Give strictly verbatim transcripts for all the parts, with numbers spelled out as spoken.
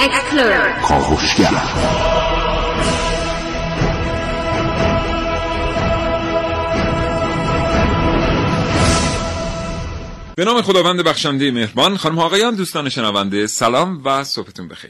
اکسپلور کاوشگر. به نام خداوند بخشنده مهربان. خانم آقایان، دوستان شنونده، سلام و صبحتون بخیر.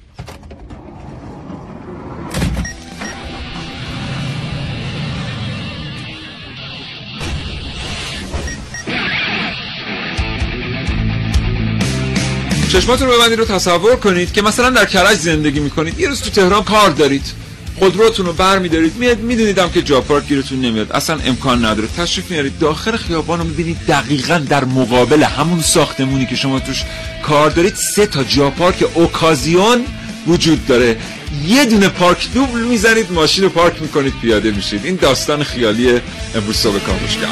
چشماتون رو ببندید رو تصور کنید که مثلا در کرج زندگی میکنید، یه روز تو تهران کار دارید، خودروتون رو برمی‌دارید، میاد میدونیدم که جا پارک گیرتون نمیاد، اصلا امکان نداره، تشریف میارید داخل خیابان رو میبینید دقیقاً در مقابل همون ساختمونی که شما توش کار دارید سه تا جا پارک اوکازیون وجود داره، یه دونه پارک دوبل میزنید، ماشین رو پارک میکنید، پیاده میشید. این داستان خیالی امروز صبح کاوشگر.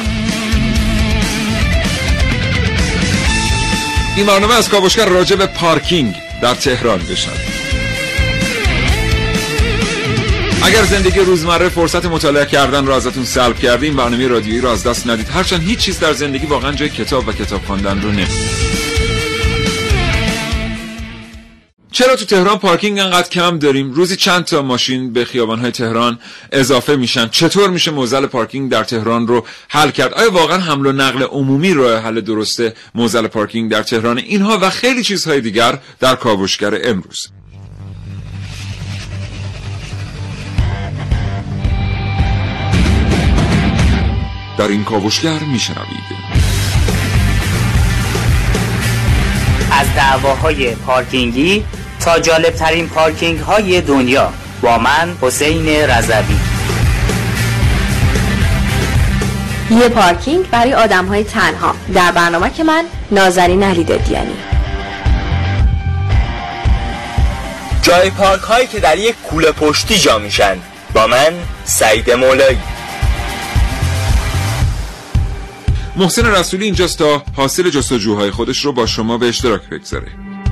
این برنامه از کاوشگر راجع به پارکینگ در تهران بشد. اگر زندگی روزمره فرصت مطالعه کردن رو ازتون سلب کرده، این برنامه رادیویی رو از دست ندید، هرچند هیچ چیز در زندگی واقعا جای کتاب و کتاب خواندن رو نمیده. چرا تو تهران پارکینگ انقدر کم داریم؟ روزی چند تا ماشین به خیابان‌های تهران اضافه میشن. چطور میشه معضل پارکینگ در تهران رو حل کرد؟ آیا واقعا حمل و نقل عمومی راه حل درسته معضل پارکینگ در تهران؟ اینها و خیلی چیزهای دیگر در کاوشگر امروز. در این کاوشگر میشنوید از دعواهای پارکینگی تا جالبترین پارکینگ های دنیا با من حسین رضوی. یه پارکینگ برای آدم های تنها، در برنامه که من نازنین علیدادیانی. جای پارک هایی که در یک کوله پشتی جا میشن با من سعید مولایی. محسن رسولی اینجاست تا حاصل جستجوهای خودش رو با شما به اشتراک بگذاره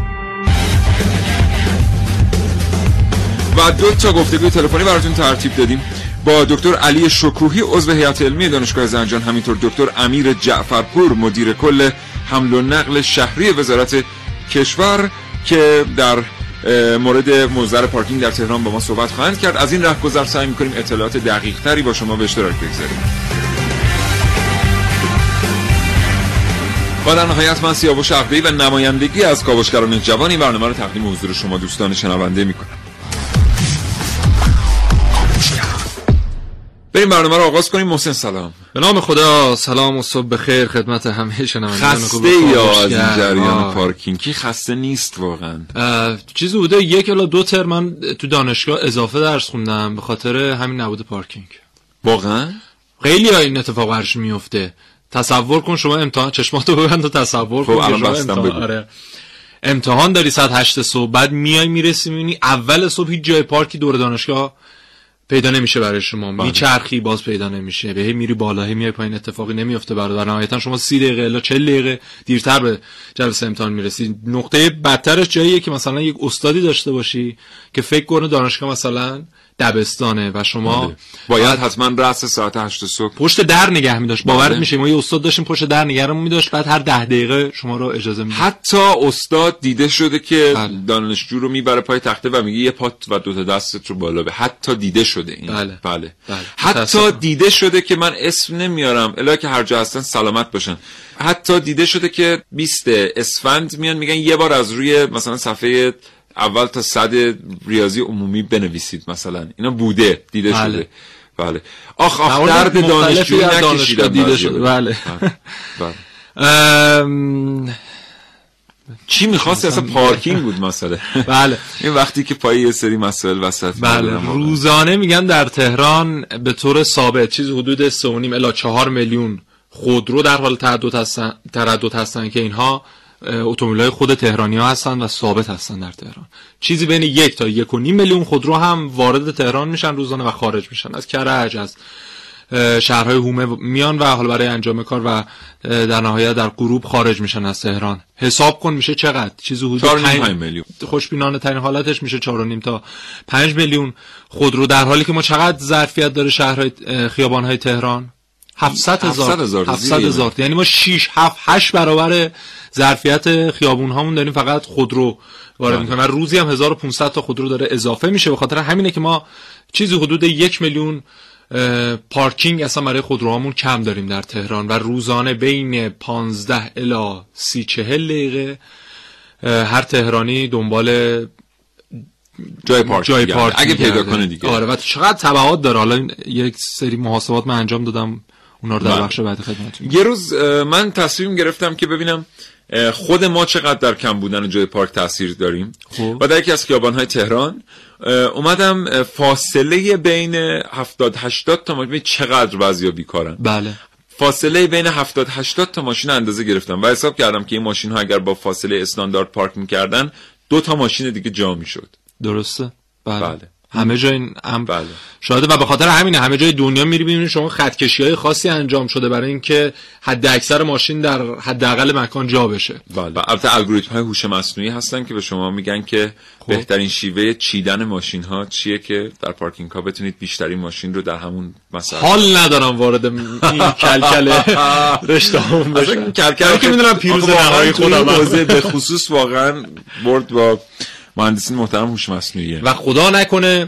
و دو تا گفتگوی تلفنی براتون ترتیب دادیم با دکتر علی شکوهی عضو هیئت علمی دانشگاه زنجان، همینطور دکتر امیر جعفرپور مدیر کل حمل و نقل شهری وزارت کشور که در مورد معضل پارکینگ در تهران با ما صحبت خواهند کرد. از این راهگذر سعی می‌کنیم اطلاعات دقیق تری با شما به اشتراک بگذاریم. و در نهایت من سیاوش عقده‌ای و نمایندگی از کاوشگران جوان این برنامه رو تقدیم حضور شما دوستان شنونده میکنم. بریم برنامه رو آغاز کنیم. محسن سلام. به نام خدا، سلام و صبح بخیر خدمت همه شنوندگان. خسته یا از این جریان پارکینگ؟ کی خسته نیست واقعا؟ چیزی بوده یک الی دو ترم من تو دانشگاه اضافه درس خوندم به خاطر همین نبود پارکینگ. واقعا خیلی ها این اتفاق برش میفته. تصور کن شما امتحان، چشماتو ببند و تصور کن خب که شما امتحان آره. امتحان داری ساعت هشت صبح، بعد میای میرسی میبینی اول صبح هیچ جای پارکی دور دانشگاه پیدا نمیشه برای شما، میچرخی باز پیدا نمیشه، به میری بالا میای پایین، اتفاقی نمیفته برات. در نهایتا شما سی دقیقه الا چهل دقیقه دیرتر به جلسه امتحان میرسی. نقطه بدترش جاییه که مثلا یک استادی داشته باشی که فکر کنه دانشگاه مثلا دبستانه و شما بله. باید حتما رأس ساعت هشت صبح پشت در نگه می‌داشت. باورت میشه ما یه استاد داشتیم پشت در نگهمون می‌داشت، بعد هر ده دقیقه شما رو اجازه میده. حتی استاد دیده شده که بله. دانشجو رو میبره پای تخته و میگه یه پات و دو تا دستت رو بالا به. حتی دیده شده این. بله. بله. بله. حتی تصفیه. دیده شده که من اسم نمیارم الا که هر جا هستن سلامت باشن. حتی دیده شده که بیست اسفند میان میگن یه بار از روی مثلا صفحه اول تا صد ریاضی عمومی بنویسید مثلا. اینا بوده، دیده بله. شده. بله. آخ آخ درد دانشجویی نکشیدم دیده شده. بله. بله. ام... چی می‌خواست اصلا پارکینگ بود مسئله. بله. این وقتی که پای یه سری مسائل وسط بله. روزانه میگن در تهران به طور ثابت چیز حدود سه و نیم الی چهار میلیون خودرو در حال تردد هستن تردد هستن که اینها اتومبیل‌های خود تهرانی‌ها هستن و ثابت هستن در تهران. چیزی بین یک تا یک و نیم میلیون خودرو هم وارد تهران میشن روزانه و خارج میشن از کرج، از شهرهای حومه میان و حالا برای انجام کار و در نهایت در غروب خارج میشن از تهران. حساب کن میشه چقدر؟ چیزی حدود پنج میلیون. خوشبینانه ترین حالتش میشه چهار و نیم تا پنج میلیون خودرو، در حالی که ما چقدر ظرفیت داره شهرهای خیابان‌های تهران؟ هفتصد هزار هزار هفتصد هزار یعنی ما شش هفت هشت برابر ظرفیت خیابون هامون داریم فقط خودرو وارد میکنیم و روزی هم هزار و پانصد تا خودرو داره اضافه میشه. به خاطر همینه که ما چیزی حدود یک میلیون پارکینگ اصلا برای خودروهامون کم داریم در تهران و روزانه بین پانزده الی سی چهل دقیقه هر تهرانی دنبال جای پارک جای پارک اگه پیدا کنه دیگه. آره و چقدر تبعات داره. حالا یک سری محاسبات من انجام دادم، اونا رو در بخش بعد خدمتتون. یه روز من تصمیم گرفتم که ببینم خود ما چقدر در کم بودن جای پارک تاثیر داریم. خوب. و در یکی از خیابان‌های تهران اومدم فاصله بین هفتاد هشتاد تا ماشین چقدر بعضیا بیکارن. بله. فاصله بین هفتاد هشتاد تا ماشین اندازه گرفتم و حساب کردم که این ماشین‌ها اگر با فاصله استاندارد پارک می‌کردن دو تا ماشین دیگه جا می‌شد. درسته؟ بله. بله. همه جای این هم بله. شاهده و به خاطر همینه همه جای دنیا میری ببینید شما خطکشی‌های خاصی انجام شده برای اینکه حد اکثر ماشین در حداقل مکان جا بشه. بله. البته الگوریتم‌های هوش مصنوعی هستن که به شما میگن که خوب. بهترین شیوه چیدن ماشین‌ها چیه که در پارکینگ‌ها بتونید بیشترین ماشین رو در همون مسافت. حال ندارم وارد این کلکل رشته‌ام بشم. اصلا کلکل که میدونم پیروز نهایی خودم حوزه به خصوص واقعا برد با مهندسین محترم هوش مصنوعیه و خدا نکنه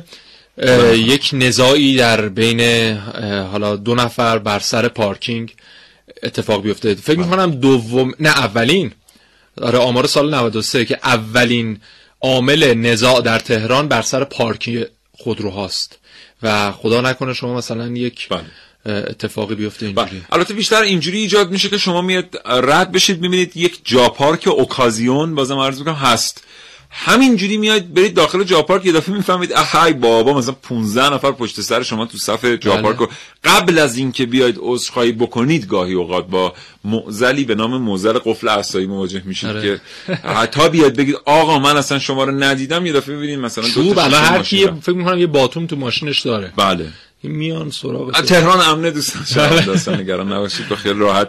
یک نزاعی در بین حالا دو نفر بر سر پارکینگ اتفاق بیفته. فکر می‌کنم دوم نه اولین آره آمار سال نود و سه که اولین عامل نزاع در تهران بر سر پارکینگ خودروهاست و خدا نکنه شما مثلا یک بله. اتفاقی بیفته اینجوری. البته بیشتر اینجوری ایجاد میشه که شما میاد رد بشید میبینید یک جا پارک اوکازیون بازم عرض میکنم هست، همینجوری میاد برید داخل جا پارک یه دفعه میفهمید اهای بابا مثلا پانزده نفر پشت سر شما تو صف جا پارک و قبل از اینکه بیاید عذرخواهی بکنید گاهی اوقات با معضلی به نام معضل قفل عصایی مواجه میشید اره. که حتی بیاد بگید آقا من اصلا شما رو ندیدم، یه دفعه ببینید مثلا دو تا بله هر کی فکر می‌کنم یه باتوم تو ماشینش داره. بله میان سراغ تهران امنه دوستان شما اصلا نگران نباشید با خیال راحت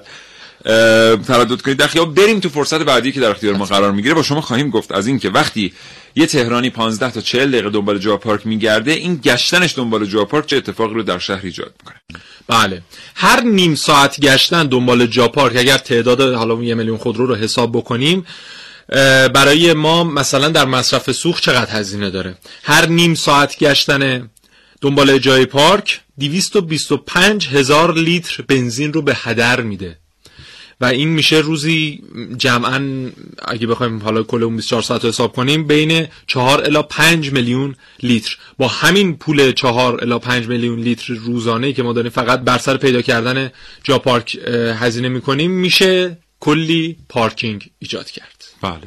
تردد کنید در خیابان. بریم تو فرصت بعدی که در اختیار ما قرار میگیره با شما خواهیم گفت از این که وقتی یه تهرانی پانزده تا چهل دقیقه دنبال جا پارک میگرده این گشتنش دنبال جا پارک چه اتفاقی رو در شهر ایجاد میکنه. بله هر نیم ساعت گشتن دنبال جا پارک اگر تعداد حالا یه میلیون خودرو رو حساب بکنیم برای ما مثلا در مصرف سوخت چقدر هزینه داره. هر نیم ساعت گشتن دنبال جای پارک دویست و بیست و پنج هزار لیتر بنزین رو به هدر میده و این میشه روزی جمعاً اگه بخوایم حالا کل اون بیست و چهار ساعت رو حساب کنیم بین چهار الی پنج میلیون لیتر. با همین پول چهار الی پنج میلیون لیتر روزانه‌ای که ما داریم فقط بر سر پیدا کردن جا پارک هزینه میکنیم میشه کلی پارکینگ ایجاد کرد. بله.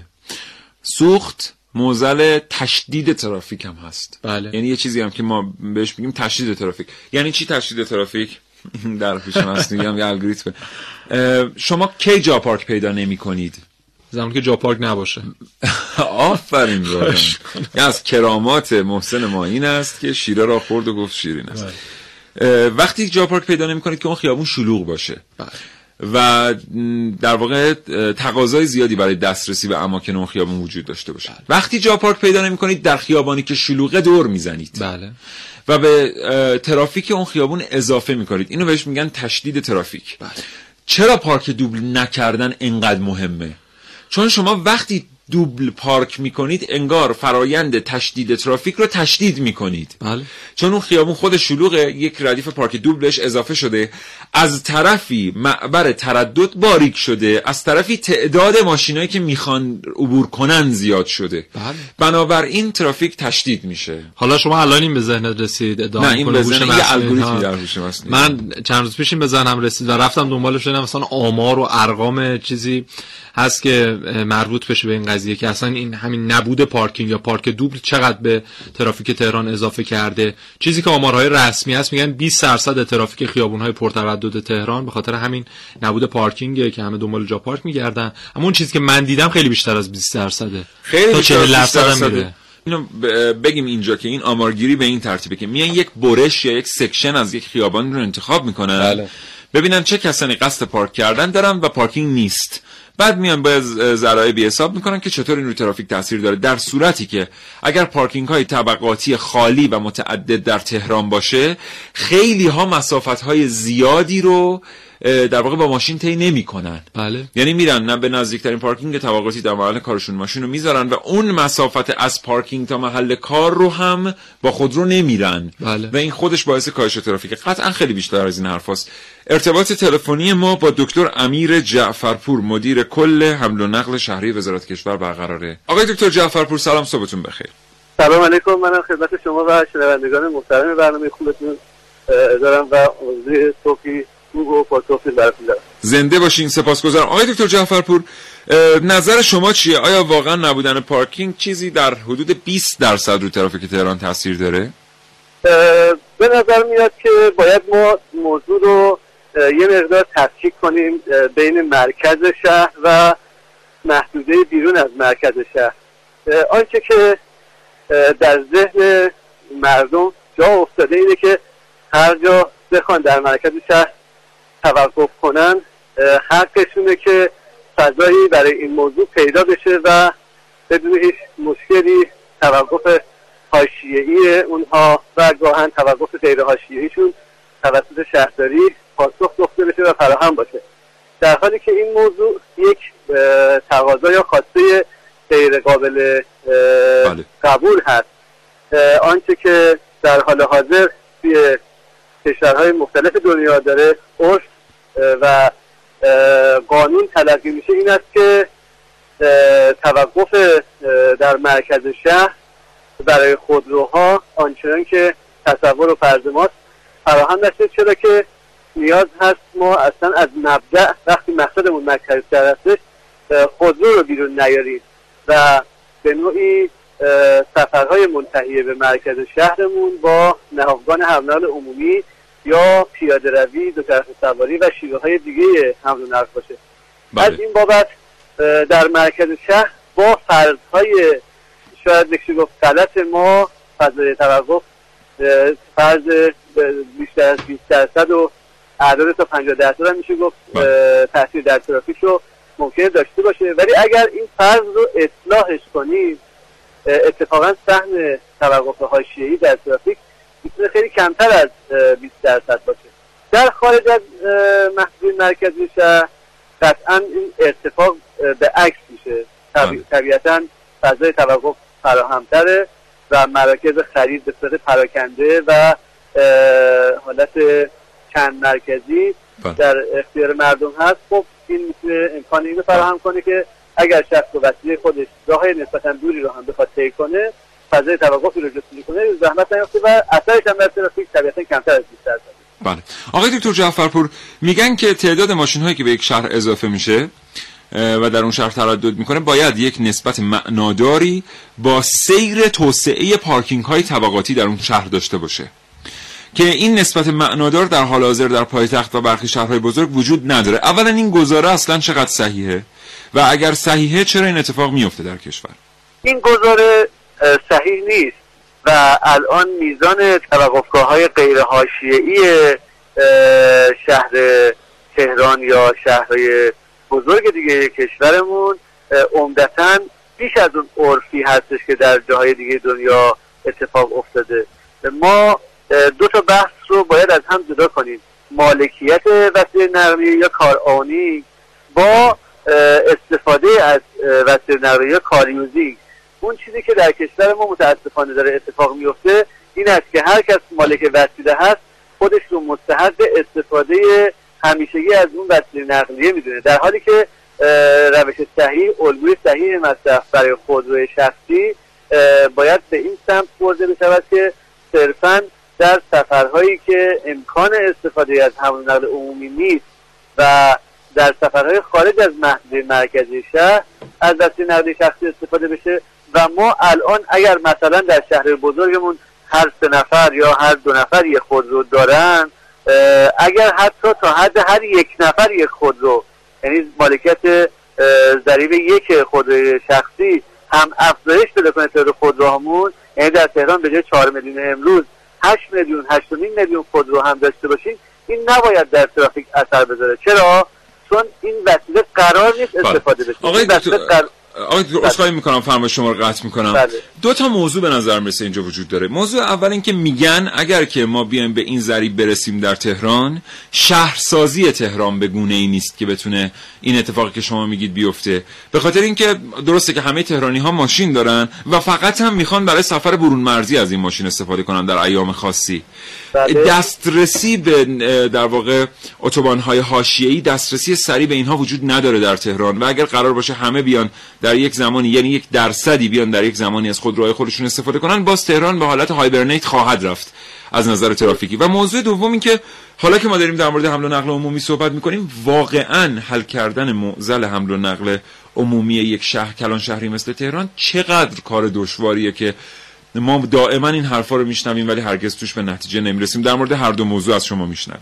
سوخت معضل تشدید ترافیک هم هست. بله. یعنی یه چیزی هم که ما بهش میگیم تشدید ترافیک. یعنی چی تشدید ترافیک؟ در هوش مصنوعی هم یه الگوریتم. شما کی جا پارک پیدا نمی کنید؟ زمانی که جا پارک نباشه. آفرین واقعا. از کرامات محسن ما این است که شیره را خورد و گفت شیرین است. وقتی جا پارک پیدا نمی کنید که اون خیابون شلوغ باشه و در واقع تقاضای زیادی برای دسترسی به اماکن اون خیابون وجود داشته باشه. بله. وقتی جا پارک پیدا نمی کنید در خیابانی که شلوغه دور میزنید. بله. و به ترافیک اون خیابون اضافه میکنید. اینو بهش میگن تشدید ترافیک. بله. چرا پارک دوبل نکردن اینقدر مهمه؟ چون شما وقتی دوبل پارک میکنید انگار فرایند تشدید ترافیک رو تشدید میکنید. بله. چون اون خیابون خود شلوغه، یک ردیف پارک دوبل بهش اضافه شده، از طرفی معبر تردد باریک شده، از طرفی تعداد ماشینایی که میخوان عبور کنن زیاد شده. بله. بنابراین ترافیک تشدید میشه. حالا شما الان این به ذهنت رسید ادعا نه این به ذهن یه الگوریتمی در هوش مصنوعی من چند روز پیش این به ذهنم رسید و رفتم دنبالش شدم مثلا آمار و ارقام چیزی هست که مربوط بشه به این قضیه که اصلا این همین نبود پارکینگ یا پارک دوبل چقدر به ترافیک تهران اضافه کرده. چیزی که آمارهای رسمی هست میگن بیست درصد ترافیک خیابون‌های پرتردد تهران به خاطر همین نبود پارکینگه که همه دنبال جا پارک میگردن. اما اون چیزی که من دیدم خیلی بیشتر از بیست درصده. خیلی تا چهل درصد میره. اینو بگیم اینجا که این آمارگیری به این ترتیبه که میان یک برش یا یک سکشن از یک خیابان رو انتخاب میکنن. بله. ببینن چه کسانی قصد پارک کردن دارن و پارکینگ نیست. بعد میان باید ذرایع بی حساب میکنن که چطور این روی ترافیک تاثیر داره، در صورتی که اگر پارکینگ های طبقاتی خالی و متعدد در تهران باشه خیلی ها مسافت های زیادی رو در واقع با ماشین طی نمی‌کنن. بله. یعنی میرن نه به نزدیکترین پارکینگ طبقاتی در محل کارشون ماشین رو میذارن و اون مسافت از پارکینگ تا محل کار رو هم با خودرو نمیرن. بله. و این خودش باعث کاهش ترافیک قطعا خیلی بیشتر از این حرفاست. ارتباط تلفنی ما با دکتر امیر جعفرپور، مدیر کل حمل و نقل شهری وزارت کشور برقراره. آقای دکتر جعفرپور سلام، صبحتون بخیر. سلام علیکم، منم خدمت شما و شنوندگان محترم برنامه خوبتون دارم و موضوع صبحی و پاسخی براتون دارم. زنده باشین، سپاسگزارم. آقای دکتر جعفرپور، نظر شما چیه؟ آیا واقعا نبودن پارکینگ چیزی در حدود بیست درصد رو ترافیک تهران تاثیر داره؟ به نظر میاد که باید ما موضوع رو یه مقدار تفکیک کنیم بین مرکز شهر و محدوده بیرون از مرکز شهر. آنچه که در ذهن مردم جا افتاده اینه که هر جا بخوان در مرکز شهر توقف کنن حقشونه که فضایی برای این موضوع پیدا بشه و بدون هیچ مشکلی توقف حاشیه‌ای اونها و گاهن توقف غیر حاشیه‌ایشون توسط شهرداری پاسخ داده بشه و فراهم باشه، در حالی که این موضوع یک تقاضا یا خواسته غیر قابل قبول هست. آنچه که در حال حاضر توی کشورهای مختلف دنیا داره عرف و قانون تلقی میشه این است که توقف در مرکز شهر برای خودروها آنچنان که تصور و فرض ماست فراهم نشه، چرا که نیاز هست ما اصلا از مبدأ وقتی مقصدمون مرکز شهر هستش خودرو رو بیرون نیاریم و به نوعی سفرهای منتهی به مرکز شهرمون با نهادگان حمل و نقل عمومی یا پیاده روی، دوچرخه سواری و شیوه های دیگه حمل و نقل باشه. بله. از این بابت در مرکز شهر با فرضهای شاید بشه گفت غلط ما فضای توقف فرض بیشتر از بیست درصد و اعداد تا پنجاه درصد هم میشه گفت تاثیر در ترافیک رو ممکنه داشته باشه، ولی اگر این فرض رو اصلاحش کنیم اتفاقا سهم توقف حاشیه‌ای در ترافیک میتونه خیلی کمتر از بیست درصد باشه. در خارج از محدوده مرکزی شهر قطعا این ارتفاع به عکس میشه. طبی... طبیعتا فضای توقف فراهمتره و مراکز خرید به صورت پراکنده و حالت چند مرکزی بله. در اختیار مردم هست. خب این میتونه امکان اینو فراهم کنه که اگر شخص و وسیله خودش راه نسبتا دوری رو هم بخواد طی کنه فضای توقفی رو جستجو کنه زحمت نیفته و اثرش هم در ترافیک طبیعتا کمتر از بیست درصد. بله. آقای دکتر جعفرپور میگن که تعداد ماشین‌هایی که به یک شهر اضافه میشه و در اون شهر تردد میکنه باید یک نسبت معناداری با سیر توسعه پارکینگ‌های طبقاتی در اون شهر داشته باشه که این نسبت معنادار در حال حاضر در پایتخت و برخی شهرهای بزرگ وجود نداره. اولا این گزاره اصلا چقدر صحیحه و اگر صحیحه چرا این اتفاق میفته در کشور؟ این گزاره صحیح نیست و الان میزان توقفگاه‌های غیر حاشیه‌ای شهر تهران یا شهرهای بزرگ دیگه کشورمون عمدتاً بیش از اون عرفی هستش که در جاهای دیگه دنیا اتفاق افتاده. ما دو تا بحث رو باید از هم جدا کنیم: مالکیت وسیله نقلیه یا کارآنی با استفاده از وسیله نقلیه یا کاریوزی. اون چیزی که در کشور ما متاسفانه داره اتفاق میفته این است که هر کس مالک وسیله هست خودش رو مستحق استفاده همیشگی از اون وسیله نقلیه میدونه، در حالی که روش صحیح، الگوی صحیح مصرف برای خودروی شخصی باید به این سمت برده بشود که صرفاً در سفرهایی که امکان استفاده از حمل و نقل عمومی نیست و در سفرهای خارج از محدوده مرکزی شهر از وسیله نقلیه شخصی استفاده بشه. و ما الان اگر مثلا در شهر بزرگمون هر سه نفر یا هر دو نفر یک خودرو دارن، اگر حتی تا حد هر یک نفر یک خودرو، یعنی مالکیت ضریب یک خودروی شخصی هم افزایش پیدا کنه تعداد خودروهامون، یعنی در تهران به جای چهار میلیون امروز هشت میلیون هشت و نیم میلیون خودرو هم داشته باشیم، این نباید در ترافیک اثر بذاره. چرا؟ چون این وسیله قرار نیست استفاده بشه. آقای دکتر قرار... آقای دکتر اسخای میکنم فرمایش شما رو قطع میکنم. بله. دو تا موضوع به نظر میرسه اینجا وجود داره. موضوع اول این که میگن اگر که ما بیایم به این ضریب برسیم در تهران، شهرسازی تهران به گونه‌ای نیست که بتونه این اتفاقی که شما میگید بیفته، به خاطر اینکه درسته که همه تهرانی ها ماشین دارن و فقط هم میخوان برای سفر برون مرزی از این ماشین استفاده کنن در ایام خاصی. بله. دسترسی به در واقع اتوبان‌های حاشیه‌ای، دسترسی سریع به اینها وجود نداره در تهران و اگر قرار باشه همه بیان در یک زمانی، یعنی یک درصدی بیان در یک زمانی از خودروهای خودشون استفاده کنن، باز تهران به حالت هایبرنیت خواهد رفت از نظر ترافیکی. و موضوع دوم این که حالا که ما داریم در مورد حمل و نقل عمومی صحبت می‌کنیم، واقعاً حل کردن معضل حمل و نقل عمومی یک شهر کلان شهری مثل تهران چقدر کار دشواریه که ما دائما این حرفا رو میشنویم ولی هرگز توش به نتیجه نمیرسیم. در مورد هر دو موضوع از شما میشنویم.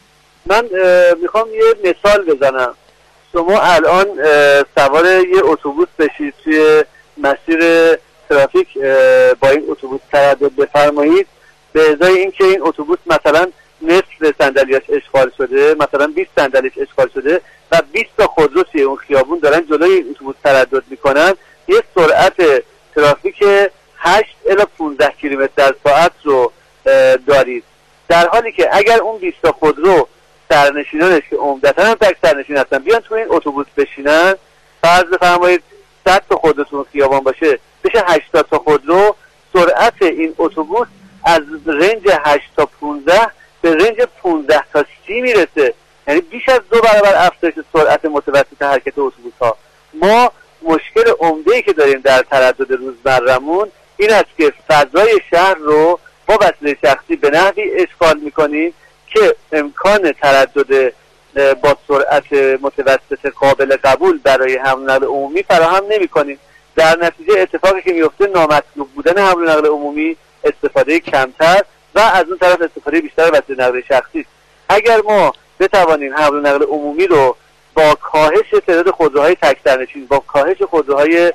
من میخوام یه مثال بزنم. شما الان سوار یه اتوبوس بشید، توی مسیر ترافیک با این اتوبوس تردد بفرمایید، به ازای اینکه این اتوبوس مثلا نصف صندلیاش اشغال شده، مثلا بیست صندلیش اشغال شده و بیست تا خودرو توی اون خیابون دارن جلوی این اتوبوس تردد میکنن، یه سرعت ترافیک هشت الی پانزده کیلومتر در ساعت رو دارید، در حالی که اگر اون بیست تا خودرو سرنشینانش که عمدتاً هم تک سرنشین هستن بیان تو این اتوبوس بشینن، فرض بفرمایید صد تا خودرو تو خیابان باشه، بشه هشتاد تا خودرو، سرعت این اتوبوس از رنج هشت تا پانزده به رنج پانزده تا سی میرسه، یعنی بیش از دو برابر افزایش سرعت متوسط حرکت اتوبوس ها. ما مشکل عمده‌ای که داریم در تردد روزمره‌مون این است که فضای شهر رو با وسیله شخصی به نحوی اشغال میکنیم که امکان تردد با سرعت متوسط قابل قبول برای حمل و نقل عمومی فراهم نمی‌کنیم. در نتیجه اتفاقی که میفته نامطلوب بودن حمل و نقل عمومی، استفاده کمتر و از اون طرف استفاده بیشتر وسیله نقل شخصی. اگر ما بتوانیم حمل و نقل عمومی رو با کاهش تعداد خودروهای تک سرنشین، با کاهش خودروهای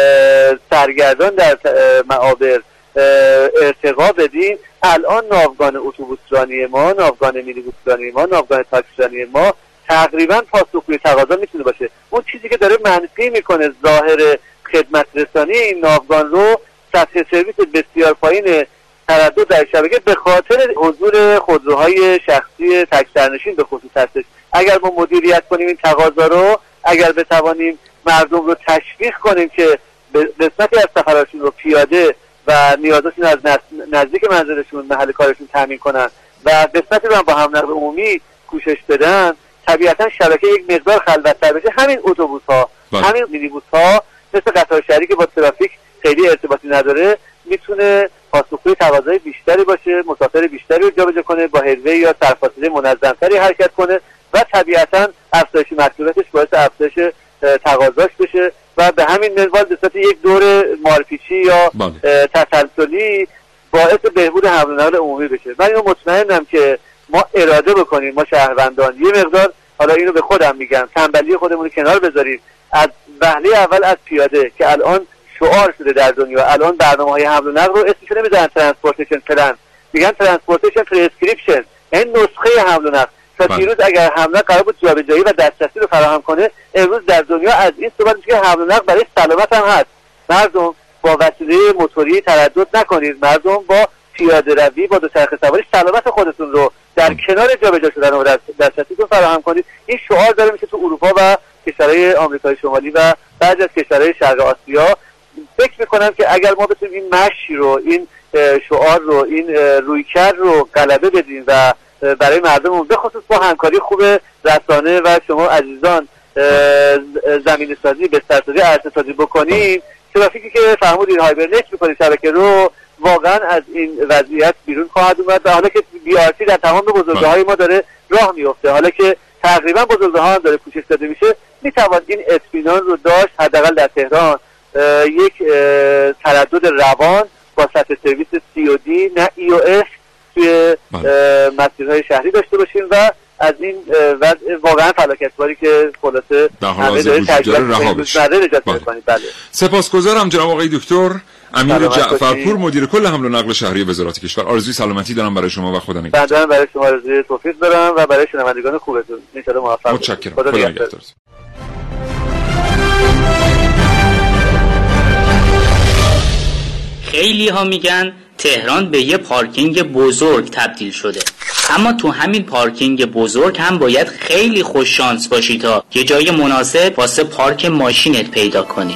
سرگردان در معابر ارتقا بدیم، الان ناوگان اتوبوسرانی ما، ناوگان مینیبوسرانی ما، ناوگان تاکسیرانی ما تقریبا پاسخگوی تقاضا میتونه باشه. اون چیزی که داره منفی میکنه ظاهر خدمت رسانی این ناوگان رو، سطح سرویس بسیار پایین تردد در شبکه به خاطر حضور خودروهای شخصی تک سرنشین به خصوص هستش. اگر ما مدیریت کنیم این تقاضا رو، اگر بتوانیم مردم رو تشویق کنیم که قسمتی از سفرشون رو پیاده و نیازشون از نزدیک منزلشون، محل کارشون تامین کنن و قسمتی رو هم با حمل و نقل عمومی کوشش بدن، طبیعتا شبکه یک مقدار خلوت‌تر بشه. همین اتوبوس‌ها، همین مینیبوس‌ها مثل قطار شهری که با ترافیک خیلی ارتباطی نداره، میتونه پاسخگوی تقاضای بیشتری باشه، مسافر بیشتری رو جابجا کنه، با هدوی یا سرفاصله منظم‌تری حرکت کنه و طبیعتا افزایش مطلوبیتش باعث افزایش تقاضاش بشه و به همین منوال به صورت یک دور مارپیچی یا تسلسلی باعث بهبود حمل و نقل عمومی بشه. من اینو مطمئنم که ما اراده بکنیم، ما شهروندان یه مقدار، حالا اینو به خودم میگم، تنبلی خودمون کنار بذاریم، از وهله اول از پیاده که الان شعار شده در دنیا، الان برنامه‌های حمل و نقل رو اسمش نمیذارن ترانسپورتیشن پلن، میگن ترانسپورتیشن پرسکریپشن، این نسخه حمل و نقل. تا دیروز اگر حمل قرار بود جابجایی و دسترسی رو فراهم کنه، امروز در دنیا از این صحبت میشه که حمل و نقل برای سلامت هم هست. مردم با وسیله موتوری تردد نکنید، مردم با پیاده روی، با دوچرخه سواری سلامت خودتون رو در کنار جابجا شدن و دسترسیتون فراهم کنید. این شعار داره میشه تو اروپا و کشورهای آمریکای شمالی و بعضی از کشورهای شرق آسیا. فکر میکنم که اگر ما بتونیم این مشی رو، این شعار رو، این رویکرد رو غلبه بدیم و برای مردممون به خصوص با همکاری خوب رسانه و شما عزیزان زمین سازی، بسترسازی، عرصه سازی بکنیم، ترافیکی که فرمودید هایبرنیت میکنید شبکه رو، واقعا از این وضعیت بیرون خواهد اومد. و حالا که بی آر سی در تمام بزرگراهای ما داره راه میفته، حالا که تقریبا بزرگراها هم داره پوشش داده میشه، میتوان این اطمینان رو داشت حداقل در تهران یک تردد روان با سطح سرویس سی او دی نه ای او اف توی مسیرهای شهری داشته باشیم و از این وضع واقعا فلاکتباری که خلاصه همه داره تجربه رها بشه. بله. سپاسگزارم جناب آقای دکتر امیر جعفرپور مدیر کل حمل و نقل شهری وزارت کشور، آرزوی سلامتی دارم برای شما و خدا نگهدار. بنده برای شما آرزوی توفیق دارم و برای شنوندگان خوبتون ان شاء الله موفق باشید. متشکرم. خدا نگهدار. خیلی ها میگن تهران به یه پارکینگ بزرگ تبدیل شده، اما تو همین پارکینگ بزرگ هم باید خیلی خوش شانس باشی تا یه جای مناسب واسه پارک ماشینت پیدا کنی.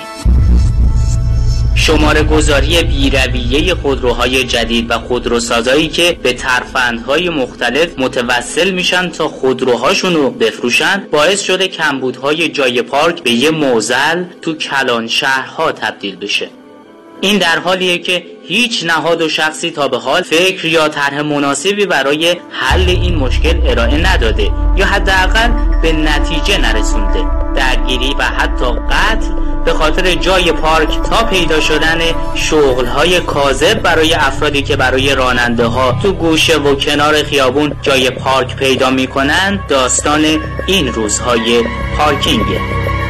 شماره گذاری بی‌رویه خودروهای جدید و خودروسازایی که به ترفندهای مختلف متوسل میشن تا خودروهاشون رو بفروشن باعث شده کمبودهای جای پارک به یه معضل تو کلان شهرها تبدیل بشه. این در حالیه که هیچ نهاد و شخصی تا به حال فکر یا طرح مناسبی برای حل این مشکل ارائه نداده یا حداقل به نتیجه نرسونده. درگیری و حتی قتل به خاطر جای پارک تا پیدا شدن شغل‌های کاذب برای افرادی که برای راننده ها تو گوشه و کنار خیابون جای پارک پیدا می‌کنن داستان این روزهای پارکینگه.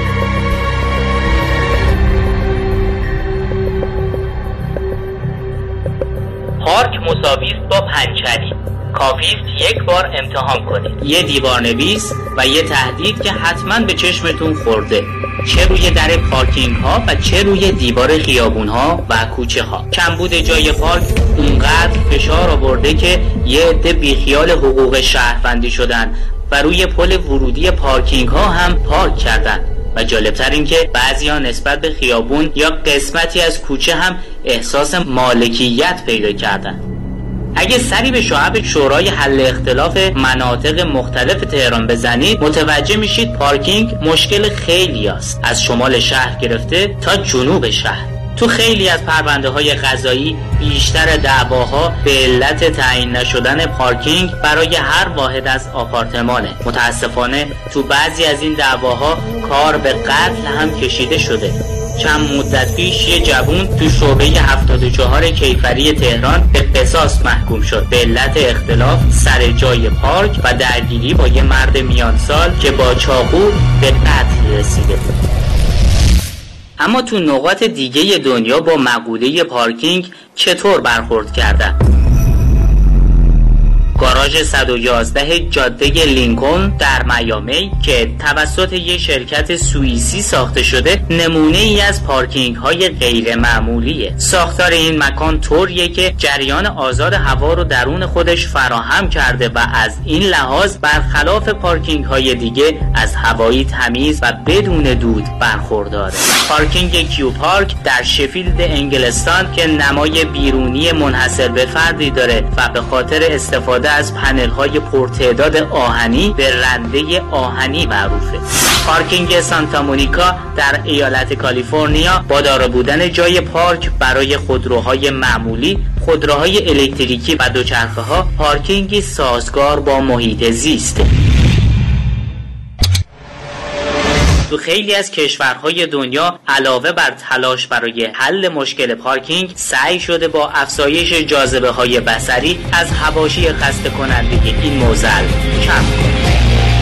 پارک مساوی است با پنچری. کافی است یک بار امتحان کنید. یه دیوار نویس و یه تهدید که حتما به چشمتون خورده، چه روی در پارکینگ ها و چه روی دیوار خیابون ها و کوچه ها. کمبود جای پارک اونقدر فشار آورده که یه عده بیخیال حقوق شهروندی شدن و روی پل ورودی پارکینگ ها هم پارک کردن. و جالبتر این که بعضیا نسبت به خیابون یا قسمتی از کوچه هم احساس مالکیت پیدا کردن. اگه سری به شعب شورای حل اختلاف مناطق مختلف تهران بزنید متوجه میشید پارکینگ مشکل خیلی است، از شمال شهر گرفته تا جنوب شهر. تو خیلی از پرونده های قضایی بیشتر دعواها به علت تعیین نشدن پارکینگ برای هر واحد از آپارتمانه. متاسفانه تو بعضی از این دعواها کار به قتل هم کشیده شده. چند مدت پیش یه جوون تو شعبه هفتاد و چهار کیفری تهران به قصاص محکوم شد به علت اختلاف سر جای پارک و درگیری با یه مرد میانسال که با چاقو به قتل رسیده بود. اما تو نقاط دیگه دنیا با مقوله پارکینگ چطور برخورد کردن؟ گاراژ صد و یازده جاده لینکلن در میامی که توسط یک شرکت سوئیسی ساخته شده نمونه ای از پارکینگ های غیر معمولیه. ساختار این مکان طوریه که جریان آزاد هوا رو درون خودش فراهم کرده و از این لحاظ برخلاف پارکینگ های دیگه از هوایی تمیز و بدون دود برخورداره. پارکینگ کیو پارک در شفیلد انگلستان که نمای بیرونی منحصر به فردی داره و به خاطر استفاده از پنل های پرتعداد آهنی به رنده آهنی معروفه. پارکینگ سانتا مونیکا در ایالت کالیفرنیا با دارا بودن جای پارک برای خودروهای معمولی، خودروهای الکتریکی و دوچرخه ها پارکینگی سازگار با محیط زیسته. تو خیلی از کشورهای دنیا علاوه بر تلاش برای حل مشکل پارکینگ سعی شده با افزایش جاذبه های بصری از حواشی خسته کننده این معضل کم کنه.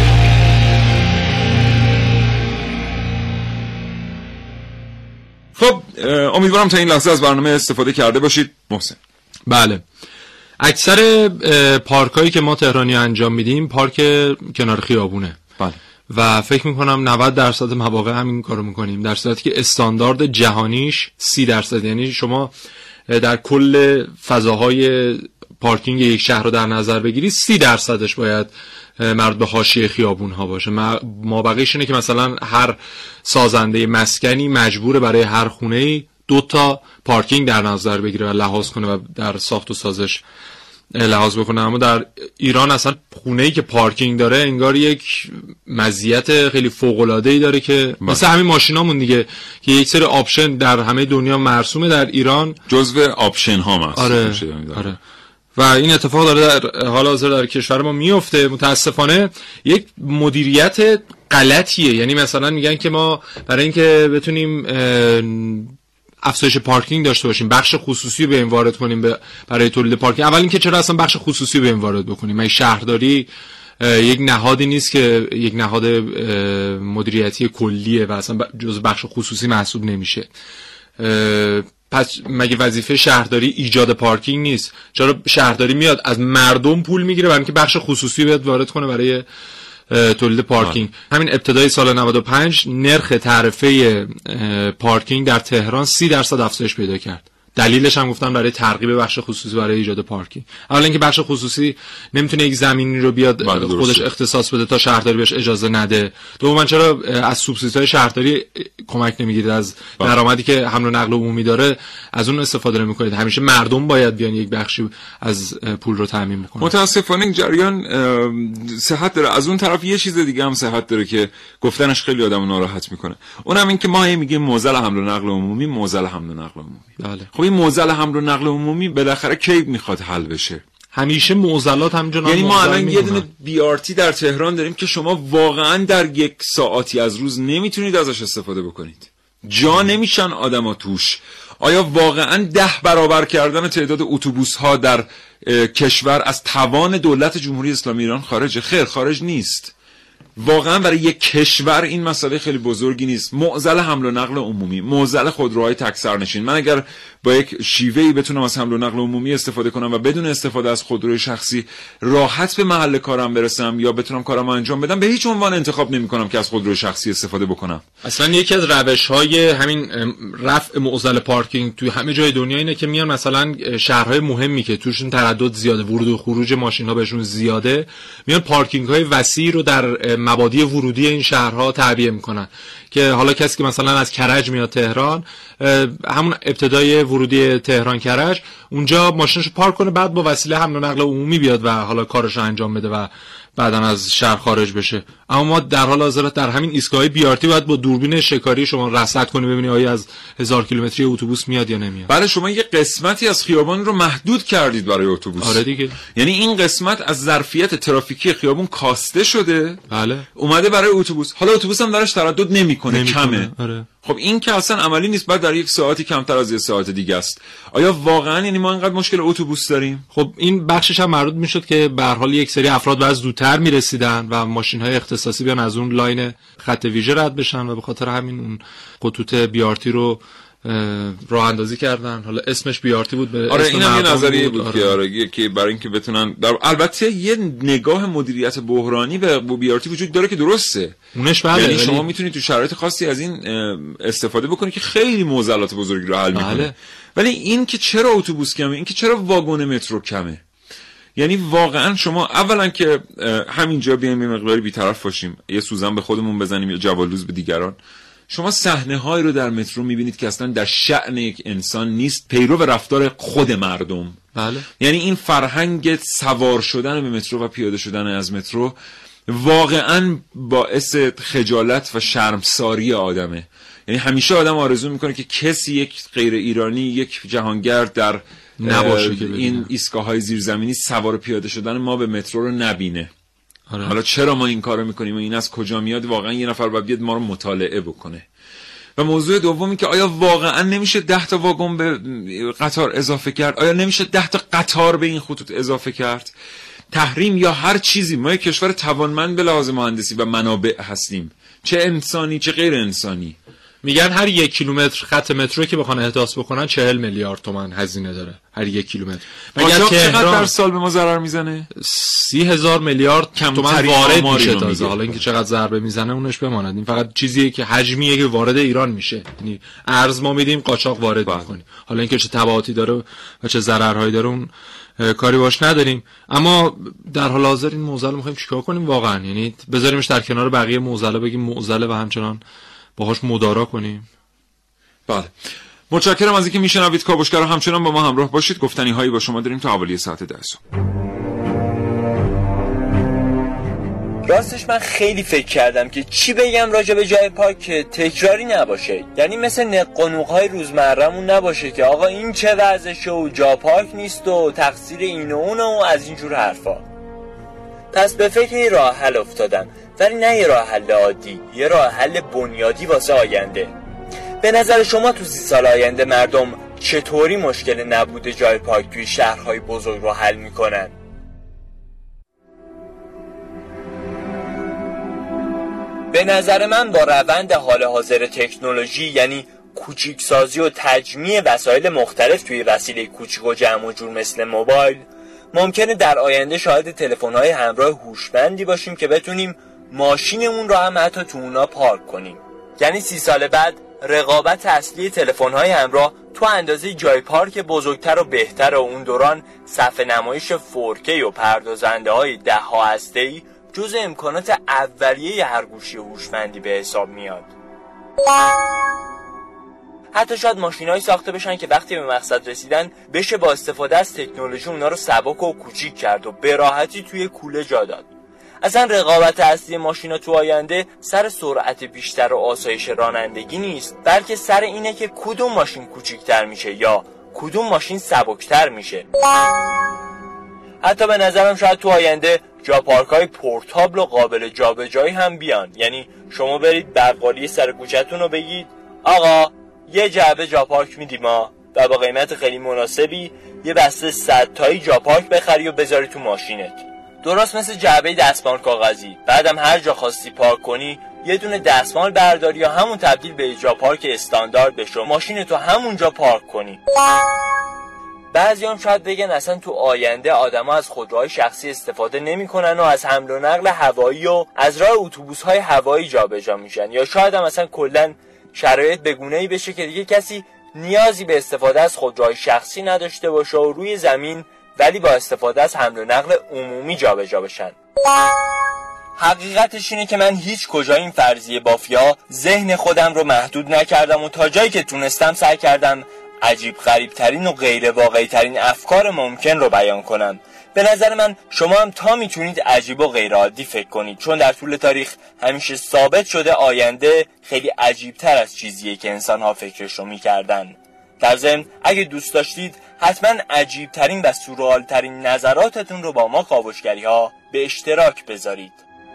خب امیدوارم تا این لحظه از برنامه استفاده کرده باشید. محسن. بله، اکثر پارکایی که ما تهرانی انجام میدیم پارک کنار خیابونه. بله. و فکر میکنم نود درصد مواقع همین کارو میکنیم، در صورتی که استاندارد جهانیش سی درصد. یعنی شما در کل فضاهای پارکینگ یک شهر رو در نظر بگیری سی درصدش باید مربوط به حاشیه خیابون ها باشه. ما بقیش اینه که مثلا هر سازنده مسکنی مجبوره برای هر خونه‌ای دو تا پارکینگ در نظر بگیره و لحاظ کنه و در ساخت و سازش لحاظ بکنه. اما در ایران اصلا خونه‌ای که پارکینگ داره انگار یک مزیت خیلی فوق‌العاده‌ای داره که مثلا همین ماشینامون دیگه که یک سری آپشن در همه دنیا مرسومه، در ایران جزو آپشن ها محسوب آره. میشه. آره. و این اتفاق داره در حال حاضر در کشور ما میفته. متاسفانه یک مدیریت غلطیه. یعنی مثلا میگن که ما برای اینکه بتونیم افزایش پارکینگ داشته باشیم بخش خصوصی به این وارد کنیم برای تولید پارکینگ. اول اینکه چرا اصلا بخش خصوصی به این وارد بکنیم؟ این شهرداری یک نهادی نیست که یک نهاد مدیریتی کلیه و اصلا جز بخش خصوصی محسوب نمیشه. پس مگه وظیفه شهرداری ایجاد پارکینگ نیست؟ چرا شهرداری میاد از مردم پول میگیره برای اینکه بخش خصوصی بیاد وارد کنه برای تولید پارکینگ؟ آه. همین ابتدای سال نود و پنج نرخ تعرفه پارکینگ در تهران سی درصد افزایش پیدا کرد. دلیلش هم گفتم برای ترغیب بخش خصوصی برای ایجاد پارکینگ. اولا اینکه بخش خصوصی نمیتونه یک زمینی رو بیاد خودش اختصاص بده تا شهرداری بهش اجازه نده. دوما چرا از سوبسیدی‌های شهرداری کمک نمیگیرید؟ از درآمدی که حمل و نقل عمومی داره از اون استفاده نمیکنید؟ همیشه مردم باید بیان یک بخشی از پول رو تامین بکنن. متاسفانه این جریان صحت داره. از اون طرف یه چیز دیگه هم صحت داره که گفتنش خیلی آدمو ناراحت میکنه. اونم این که ما میگیم معضل حمل و نقل عمومی، معضل حمل و نقل عمومی. بله. خب این معضل حمل و نقل عمومی بالاخره کی میخواد حل بشه؟ همیشه معضلات همینجوری. یعنی ما الان یه دونه بی آر تی در تهران داریم که شما واقعا در یک ساعتی از روز نمیتونید ازش استفاده بکنید. جا نمیشن آدما توش. آیا واقعا ده برابر کردن تعداد اتوبوس ها در کشور از توان دولت جمهوری اسلامی ایران خارجه؟ خیر، خارج نیست. واقعا برای یک کشور این مسئله خیلی بزرگی نیست. معضل حمل و نقل عمومی، معضل خودروهای تک سرنشین. من اگر با یک شیوهی بتونم از حمل و نقل عمومی استفاده کنم و بدون استفاده از خودروی شخصی راحت به محل کارم برسم یا بتونم کارم انجام بدم، به هیچ عنوان انتخاب نمی‌کنم که از خودروی شخصی استفاده بکنم. اصلا یکی از روش‌های همین رفع معضل پارکینگ توی همه جای دنیا اینه که میان مثلا شهرهای مهمی که توشون تردد زیاده، ورود و خروج ماشین‌ها بهشون زیاده، میان پارکینگ‌های وسیع رو در مبادی ورودی این شهرها تعبیه میکنن که حالا کسی که مثلا از کرج میاد تهران، همون ابتدای ورودی تهران کرج اونجا ماشینشو پارک کنه، بعد با وسیله حمل و نقل عمومی بیاد و حالا کارشو انجام بده و بعدن از شهر خارج بشه. اما ما در حال حاضر در همین ایستگاه بی آر تی باید با دوربین شکاری شما رصد کنی ببینی آیا از هزار کیلومتری اتوبوس میاد یا نمیاد. بله، شما یه قسمتی از خیابان رو محدود کردید برای اتوبوس. آره دیگه. یعنی این قسمت از ظرفیت ترافیکی خیابون کاسته شده، بله، اومده برای اتوبوس. حالا اتوبوس هم درش تردد نمیکنه، کمه. آره. خب این که اصلا عملی نیست. بعد در یک ساعتی کمتر از یک ساعت دیگه است. آیا واقعا یعنی ما اینقدر مشکل اتوبوس داریم؟ خب این بخشش هم مربوط میشد که به هر حال یک سری افراد بعد زودتر میرسیدن و ماشین‌های اختصاصی بیان از اون لاین خط ویژه رد بشن و به خاطر همین اون خطوط بی آر تی رو راه اندازی کردن. حالا اسمش بی آر تی بود، به آره اسم اینم یه نظریه بود, بود که آره که برای اینکه بتونن در... البته یه نگاه مدیریت بحرانی به بی آر تی وجود داره که درسته. اونش بله، یعنی شما میتونید تو شرایط خاصی از این استفاده بکنید که خیلی معضلات بزرگی رو حل میکنه. بله. ولی این که چرا اتوبوس کمه، این که چرا واگن مترو کمه، یعنی واقعا شما اولا که همینجا بیایم یه مقداری بی‌طرف باشیم، یه سوزن به خودمون بزنیم یا جوالوز به دیگران. شما صحنه‌هایی رو در مترو می‌بینید که اصلا در شأن یک انسان نیست، پیرو رفتار خود مردم. بله. یعنی این فرهنگ سوار شدن به مترو و پیاده شدن از مترو واقعا باعث خجالت و شرمساری آدمه. یعنی همیشه آدم آرزو میکنه که کسی، یک غیر ایرانی، یک جهانگرد در نباشه که این ایستگاه‌های زیرزمینی سوار پیاده شدن ما به مترو رو نبینه. آره. حالا چرا ما این کارو میکنیم و این از کجا میاد؟ واقعا یه نفر باید بیاد ما رو مطالعه بکنه. و موضوع دومی که آیا واقعا نمیشه ده تا واگن به قطار اضافه کرد؟ آیا نمیشه ده تا قطار به این خطوط اضافه کرد؟ تحریم یا هر چیزی. ما یک کشور توانمند به لحاظ مهندسی و منابع هستیم، چه انسانی چه غیر انسانی. میگن هر یک کیلومتر خط مترو که بخوان احداث بکنن چهل میلیارد تومان هزینه داره هر یک کیلومتر. مگر چقدر در سال به ما ضرر میزنه؟ سی هزار میلیارد تومان وارد میشه تازه. حالا اینکه چقدر ضربه میزنه اونش بماند. این فقط چیزیه که حجمیه که وارد ایران میشه. یعنی ارز ما میدیم، قاچاق وارد میکنیم. حالا اینکه چه تبعاتی داره و چه ضررهایی داره اون کاری باش نداریم. اما در حال حاضر این معضل رو میخوایم چیکار کنیم واقعا؟ یعنی بذاریمش در کنار بقیه معضلا، بگیم معضله و همچنان باهاش مدارا کنیم؟ بله. متشکرم از اینکه میشنوید کاوشگر رو همچنان با ما همراه باشید. گفتنی هایی با شما داریم تا حوالی ساعت ده صبح. راستش من خیلی فکر کردم که چی بگم راجع به جای پارک که تکراری نباشه، یعنی مثل نق‌ونوق‌های روزمره‌مون نباشه که آقا این چه وضعشه و جا پارک نیست و تقصیر این و اون و از اینجور حرفا. پس به فکر یه راه حل افتادم، ولی نه یه راه حل عادی، یه راه حل بنیادی واسه آینده. به نظر شما تو سی سال آینده مردم چطوری مشکل نبود جای پارک توی شهرهای بزرگ رو حل میکنن؟ به نظر من با روند حال حاضر تکنولوژی، یعنی کوچیکسازی و تجمیع وسایل مختلف توی وسیله کوچیک و جمع و جور مثل موبایل، ممکنه در آینده شاهد تلفن‌های همراه هوشمندی باشیم که بتونیم ماشینمون رو هم حتی تو اونا پارک کنیم. یعنی سی سال بعد رقابت اصلی تلفن‌های همراه تو اندازه جای پارک بزرگتر و بهتر و اون دوران صفحه نمایش فور کی و پردازنده‌های ده ها هسته‌ای جز امکانات اولیه هر گوشی هوشمندی به حساب میاد. حتی شاید ماشینایی ساخته بشن که وقتی به مقصد رسیدن بشه با استفاده از تکنولوژی اونا رو سبک و کوچیک کرد و به راحتی توی کوله جا داد. اصلا رقابت اصلی ماشینا تو آینده سر سرعت بیشتر و آسایش رانندگی نیست، بلکه سر اینه که کدوم ماشین کوچیک‌تر میشه یا کدوم ماشین سبکتر میشه. حتی به نظرم شاید تو آینده جاپارک‌های پورتابل و قابل جابجایی هم بیان. یعنی شما برید بقالی سر کوچه‌تون رو بگید آقا یه جعبه جاپارک میدیم ما و با قیمت خیلی مناسبی یه بسته صد تایی جاپارک بخری و بذاری تو ماشینت. درست مثل جعبه دستمال کاغذی، بعدم هر جا خواستی پارک کنی یه دونه دستمال برداری یا همون تبدیل به جاپارک استاندارد بشه و ماشینتو همونجا پارک کنی. بعضی هم شاید بگن اصلا تو آینده آدما از خودروهای شخصی استفاده نمی‌کنن و از حمل و نقل هوایی و از راه اتوبوس‌های هوایی جابجا میشن، یا شاید هم اصلا کلاً شرایط بگونه‌ای بشه که دیگه کسی نیازی به استفاده از خودروهای شخصی نداشته باشه و روی زمین ولی با استفاده از حمل و نقل عمومی جابجا بشن. حقیقتش اینه که من هیچ کجا این فرضیه بافیا ذهن خودم رو محدود نکردم و تا جایی که تونستم سعی کردم عجیب غریب ترین و غیر واقعی ترین افکار ممکن رو بیان کنم. به نظر من شما هم تا میتونید عجیب و غیر عادی فکر کنید، چون در طول تاریخ همیشه ثابت شده آینده خیلی عجیب تر از چیزیه که انسان ها فکرش رو میکردن. در ضمن اگه دوست داشتید حتما عجیب ترین و سورئال ترین نظراتتون رو با ما کاوشگری ها به اشتراک بذارید.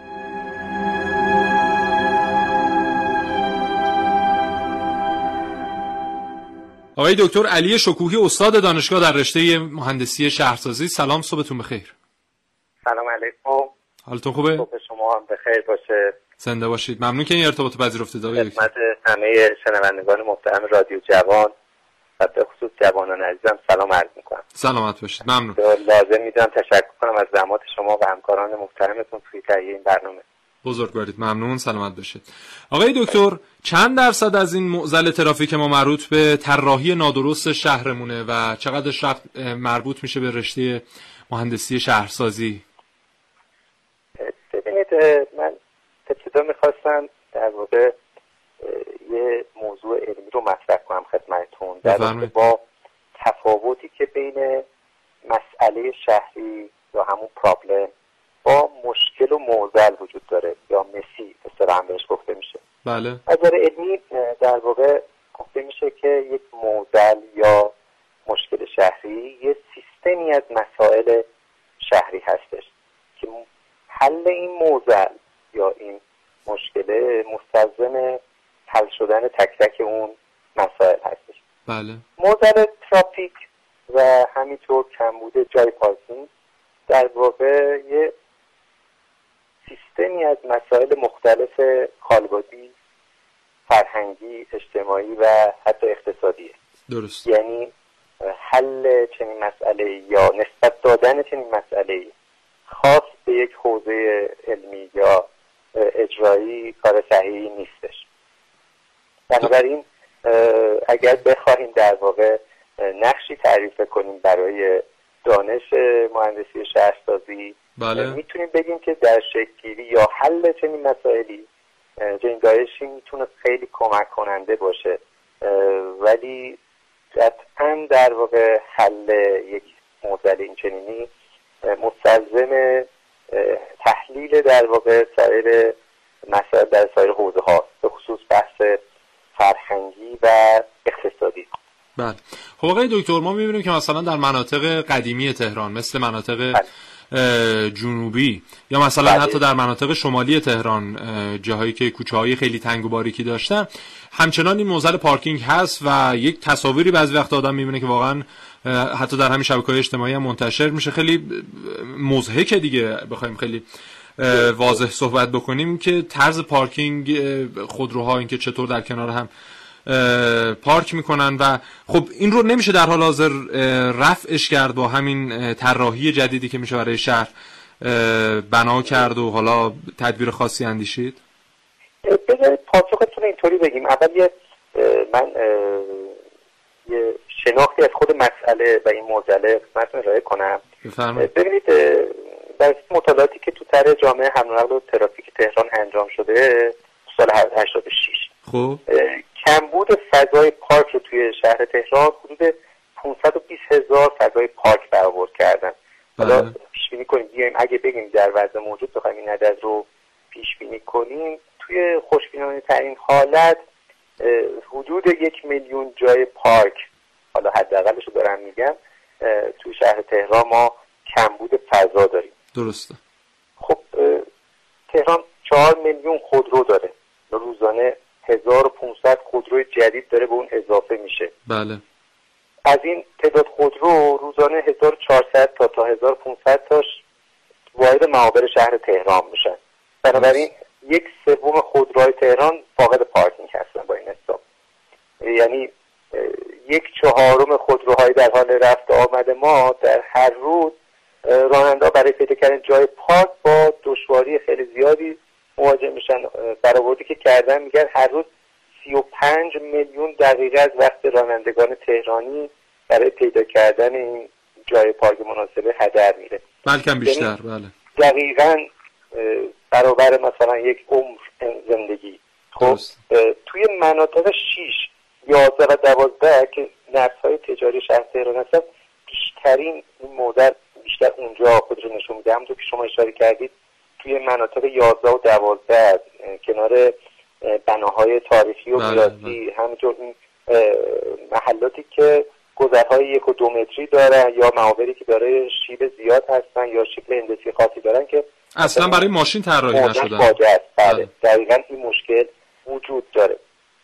آقای دکتر علی شکوهی، استاد دانشگاه در رشته مهندسی شهرسازی، سلام، صبحتون بخیر. سلام علیکم. حالتون خوبه؟ صبح شما هم بخیر باشه. زنده باشید. ممنون که این ارتباط پذیرفتید آقای دکتر. خدمت همه شنوندگان محترم رادیو جوان و به خصوص جوانان عزیزم سلام عرض می‌کنم. سلامت باشید. ممنون. لازم می‌دونم تشکر کنم از زحمات شما و همکاران محترمتون توی تهیه این برنامه. بزرگوارید. ممنون. سلامت باشید. آقای دکتر، چند درصد از این معضل ترافیک ما مربوط به طراحی نادرست شهرمونه و چقدرش مربوط میشه به رشته مهندسی شهرسازی؟ ببینید، من ابتدا میخواستم در واقع یه موضوع علمی رو مطرح کنم خدمتتون در واقع با تفاوتی که بین مسئله شهری یا همون پرابلم با مشکل و معضل وجود داره یا مسی به اصطلاح هم بهش گفته میشه. بله. از نظر علمی در واقع گفته میشه که یک معضل یا مشکل شهری یه سیستمی از مسائل شهری هستش که حل این معضل یا این مشکل مستلزم حل شدن تک تک اون مسائل هستش. بله. معضل ترافیک و همینطور کمبود جای پارکینگ در واقع یه سیستمی از مسائل مختلف کالبدی، فرهنگی، اجتماعی و حتی اقتصادیه. درست. یعنی حل چنین مسئله یا نسبت دادن چنین مسئله خاص به یک حوزه علمی یا اجرایی کار صحیحی نیستش. بنابراین اگر بخواهیم در واقع نقشی تعریف کنیم برای دانش مهندسی شهرسازی، بله. میتونیم بگیم که در شکل‌گیری یا حل چنین مسائلی چنین دانشی میتونه خیلی کمک کننده باشه، ولی قطعاً در واقع حل یک معضل این چنینی مستلزم تحلیل در واقع سایر مسائل در سایر حوزه ها، به خصوص بحث فرهنگی و اقتصادی. بله. خب آقای دکتر، ما می‌بینیم که مثلا در مناطق قدیمی تهران مثل مناطق بله. جنوبی یا مثلا بله. حتی در مناطق شمالی تهران، جاهایی که کوچه‌های خیلی تنگ و باریکی داشتن، همچنان این معضل پارکینگ هست و یک تصاویری بعضی وقت آدم می‌بینه که واقعا حتی در همین شبکه‌های اجتماعی هم منتشر میشه، خیلی مضحکه دیگه بخوایم خیلی واضح صحبت بکنیم که طرز پارکینگ خودروها، این که چطور در کنار هم پارک میکنن و خب این رو نمیشه در حال حاضر رفعش کرد با همین طراحی جدیدی که میشه برای شهر بنا کرد و حالا تدبیر خاصی اندیشید؟ بذارید پاسختون اینطوری بگیم. اول یه من یه شناختی از خود مسئله و این معضله خدمتتون ارائه کنم. بفرمایید. ببینید در مطالعاتی که تو طرح جامعه حمل و نقل و ترافیک تهران انجام شده سال هشتاد و شش، خب کمبود فضای پارک رو توی شهر تهران حدود پانصد و بیست هزار فضای پارک برآورد کردن. حالا پیش بینی کنیم بیایم اگه بگیم در وضع موجود بخوایم این عدد رو پیش بینی کنیم، توی خوشبینانه ترین حالت حدود یک میلیون جای پارک، حالا حداقلش رو دارم میگم، توی شهر تهران ما کمبود فضا داریم. درسته. خب تهران چهار میلیون خودرو داره، روزانه هزار و پانصد خودروی جدید داره به اون اضافه میشه. بله. از این تعداد خودرو روزانه هزار و چهارصد تا تا هزار و پانصد تاش وارد معابر شهر تهران میشن. بنابراین یک سوم خودروهای تهران فاقد پارکینگ هستن با این حساب. یعنی یک چهارم خودروهای در حال رفت آمد ما در هر روز راننده برای پیدا کردن جای پارک با دشواری خیلی زیادی مواجه میشن. برآوردی که کردن میگن هر روز سی و پنج میلیون دقیقه از وقت رانندگان تهرانی برای پیدا کردن این جای پارک مناسب هدر میره. بلکه بیشتر. بله. دقیقاً برابر مثلا یک عمر زندگی. خب توی مناطق شش، یازده و دوازده که نفس‌های تجاری شهر تهران هستن، بیشترین این مدت بیشتر اونجا خودش رو نشون میده. همونطور که شما اشاره کردید توی مناطق یازده و دوازده کنار بناهای تاریخی و میراثی، همینطور این محلاتی که گذرهای یک و دو متری دارن یا معابری که داره شیب زیاد هستن یا شکل هندسی خاصی دارن که اصلا برای ماشین طراحی نشدن. بله دقیقاً این مشکل وجود داره.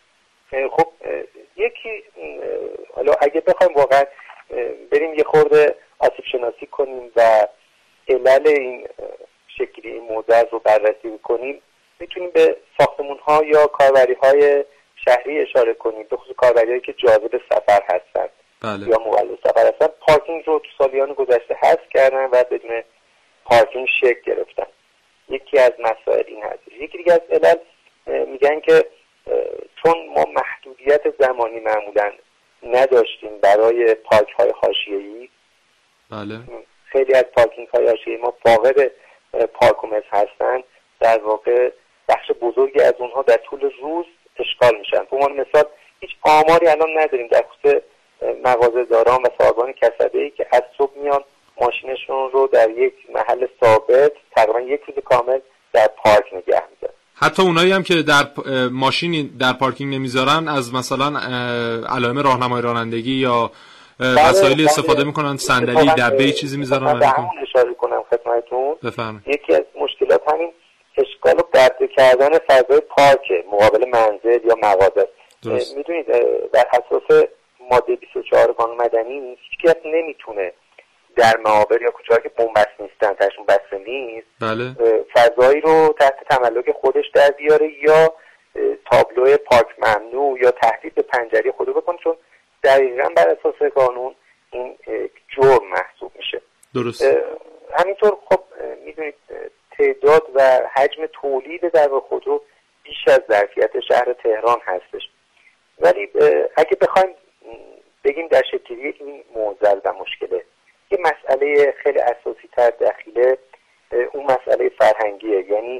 خب یکی حالا اگه بخوایم واقعا بریم یه خورده آسیب شناسی کنیم و علل این شکلی این موضوع رو بررسی کنیم، میتونیم به ساختمون ها یا کاربری های شهری اشاره کنیم، به خصوص کاربری هایی که جاذب سفر هستن. بله. یا مولد سفر هستن. پارکینگ رو تو سالیان گذشته حذف کردن و بدون پارکینگ شکل گرفتن. یکی از مسائل این هست. یکی دیگه از علل میگن که چون ما محدودیت زمانی معمولا نداشتیم برای پارک های حاشیه‌ای، بله، خیلی از پارکینگ های حاشیه‌ای ما فاقد پارک و مس هستن. در واقع بخش بزرگی از اونها در طول روز اشغال میشن. به عنوان مثال هیچ آماری الان نداریم در خصوص مغازه‌داران و صاحبان کسبه‌ای که از صبح میان ماشینشون رو در یک محل ثابت تقریبا یک روز کامل در پارک نگه میدارن. حتی اونایی هم که در ماشینی در پارکینگ نمیذارن از مثلا علائم راهنمای رانندگی یا وسایلی استفاده میکنن، صندلی، دبه چیزی میذارن. من همون اشاره کنم خدمتتون. بفرمایید. یکی از مشکلات همین اشغال و برده کردن فضای پارک مقابل منزل یا مغازه. میدونید در اساس ماده بیست و چهار قانون مدنی هیچکس نمیتونه در معابر یا کوچه‌هایی که بن‌بست نیستن، تاشون بسته نیست، بله، فضایی رو تحت تملک خودش در بیاره یا تابلو پارک ممنوع یا تهدید به پنجره خودو بکنه، چون دقیقاً بر اساس قانون این جرم محسوب میشه. درست. همینطور خب میدونید تعداد و حجم تولید در خودرو بیش از ظرفیت شهر تهران هستش. ولی اگه بخوایم بگیم در شکلی این معضل و مشکله، یه مسئله خیلی اساسی تر داخله اون مسئله فرهنگیه. یعنی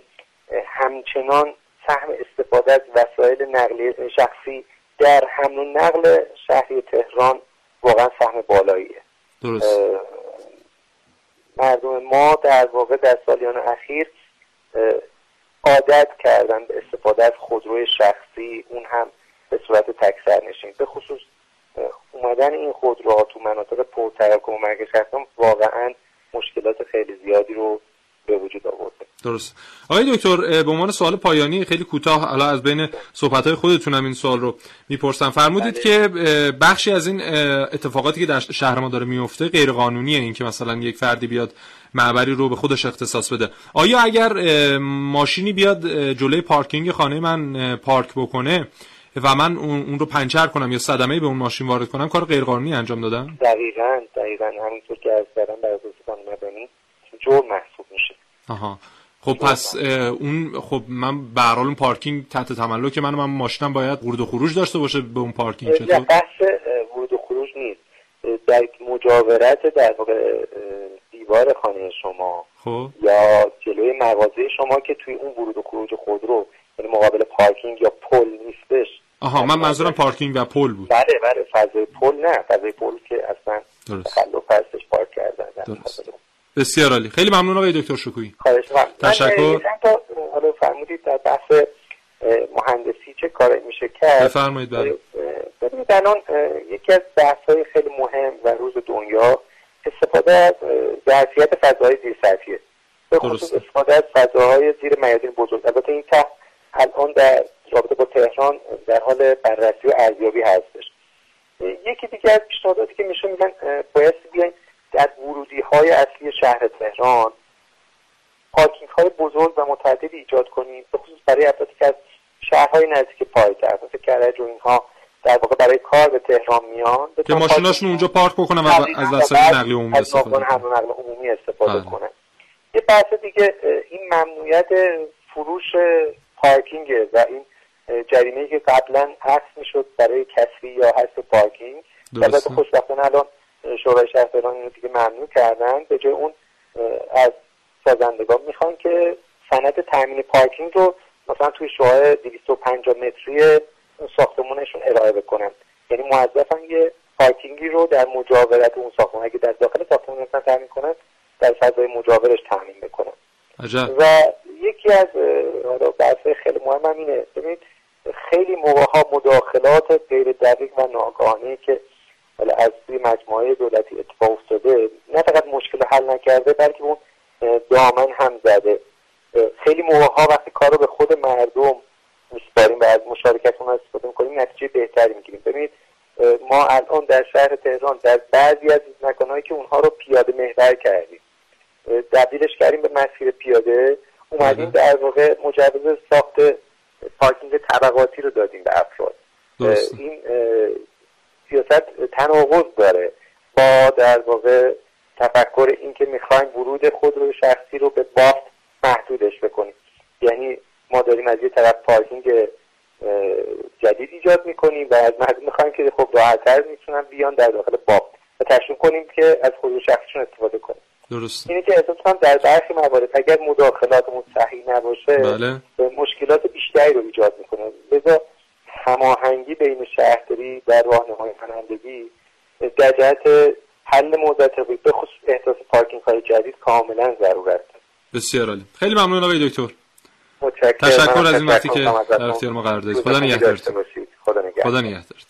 همچنان سهم استفاده از وسایل نقلیه شخصی در حمل و نقل شهری تهران واقعا سهم بالاییه. درست. مردم ما در واقع در سالیان اخیر عادت کردن به استفاده از خودروی شخصی، اون هم به صورت تک سرنشین. به خصوص اومدن این خودروها تو مناطق پرتراکم و مرکز شهر واقعا مشکلات خیلی زیادی رو به وجود آورده. درست. آقای دکتر، به عنوان سوال پایانی خیلی کوتاه، حالا از بین صحبت‌های خودتونم این سوال رو میپرسم. فرمودید که بخشی از این اتفاقاتی که در شهر ما داره میفته غیر قانونیه، این که مثلا یک فردی بیاد معبری رو به خودش اختصاص بده. آیا اگر ماشینی بیاد جلوی پارکینگ خانه من پارک بکنه، و من اون, اون رو پنچر کنم یا صدمه‌ای به اون ماشین وارد کنم، کار غیرقانونی انجام دادم؟ دقیقاً دقیقاً همونطور که از کردم بر اساس قانون مدنی جرم محسوب میشه. آها. خب پس اون خب من به هر حال اون پارکینگ تحت تملک من من ماشینم باید ورود و خروج داشته باشه به اون پارکینگ. چطور؟ بحث ورود و خروج نیست، در مجاورت در واقع دیوار خانه شما خب یا جلوی مغازه شما که توی اون ورود و خروج خودرو، یعنی مقابل پارکینگ یا پل نیستش. آها، من منظورم پارکینگ و پل بود. بله بله، فضای پل نه، فضای پل که اصلا تخلف هستش پارک کردن. درست. بسیار عالی، خیلی ممنون آقای دکتر شکویی. خواهش می‌کنم. تشکر. تا حالا فرمودید در بحث مهندسی چه کاری میشه کرد. بفرمایید. بله. ببینید الان یکی از بحث‌های خیلی مهم و روز دنیا استفاده از ظرفیت فضاهای زیرسطحیه. به خصوص استفاده از فضاهای زیر میادین بزرگ. البته این تحت الان در رابطه با تهران در حال بررسی و ارزیابی هستش. یکی دیگه از پیشنهاداتی که میشه میگن باید بیاین در ورودی‌های اصلی شهر تهران پارکینگ‌های بزرگ و متعددی ایجاد کنیم، به خصوص برای افرادی که از شهرهای نزدیک پایتخت مثل کرج و اینها در واقع برای کار به تهران میان که ماشیناشون اونجا پارک بکنن و از وسایل نقلیه عمومی استفاده کنن. از نقل عمومی استفاده کنن. یه بحث دیگه این ممنوعیت فروش پارکینگ و این جریمه‌ای که قبلا حذف میشد برای کسری یا حذف پارکینگ، البته خوشبختانه الان شورای شهر تهران اینو دیگه ممنوع کردن. به جای اون از سازندگان میخوان که سند تامین پارکینگ رو مثلا توی شعاع دویست و پنجاه متری ساختمونشون ارائه بکنن، یعنی موظفن یه پارکینگی رو در مجاورت اون ساختمون، اگه در داخل ساختمون مثلا تامین کنن در فضای مجاورش تامین بکنن. عجب. و یکی از حالا بحث‌های خیلی مهم هم اینه، ببینید خیلی موقع‌ها مداخلات غیر دقیق و ناآگاهانه‌ای که حالا از سوی مجموعه دولتی اتفاق افتاده نه فقط مشکل حل نکرده بلکه اون دامن هم زده. خیلی موقع‌ها وقتی کار رو به خود مردم میسپاریم و از مشارکت اونها استفاده می‌کنیم نتیجه بهتری می‌گیریم. ببینید ما الان در شهر تهران در بعضی از مکان‌هایی که اونها رو پیاده محور کردیم، تبدیلش کردیم به مسیر پیاده، اومدیم در واقع مجوز ساخت پارکینگ طبقاتی رو دادیم به افراد. این سیاست تناقض داره با در واقع تفکر این که میخوایم ورود خودرو شخصی رو به بافت محدودش بکنیم. یعنی ما داریم از یه طرف پارکینگ جدید ایجاد میکنیم و از مردم میخوایم که خب راحت‌تر میتونن بیان در داخل بافت و تشویق کنیم که از خودرو شخصیشون استفاده کنیم. درست. اینه که احساس کنم در برخی موارد اگر مداخلاتمون صحیح نباشه بله. مشکلات بیشتری رو ایجاد میکنه. لذا هماهنگی بین شهرداری در راهنمایی کنندگی در جهت حل موضوع ترافیک به خصوص احداث پارکینگ های جدید کاملا ضرورت داره. بسیار عالی. خیلی ممنون آقای دکتر. متشکرم. تشکر از این وقتی که در اختیار ما قرار دادید. خدا نگهدارت. خدا نگهدارت. خدا نگهدارت.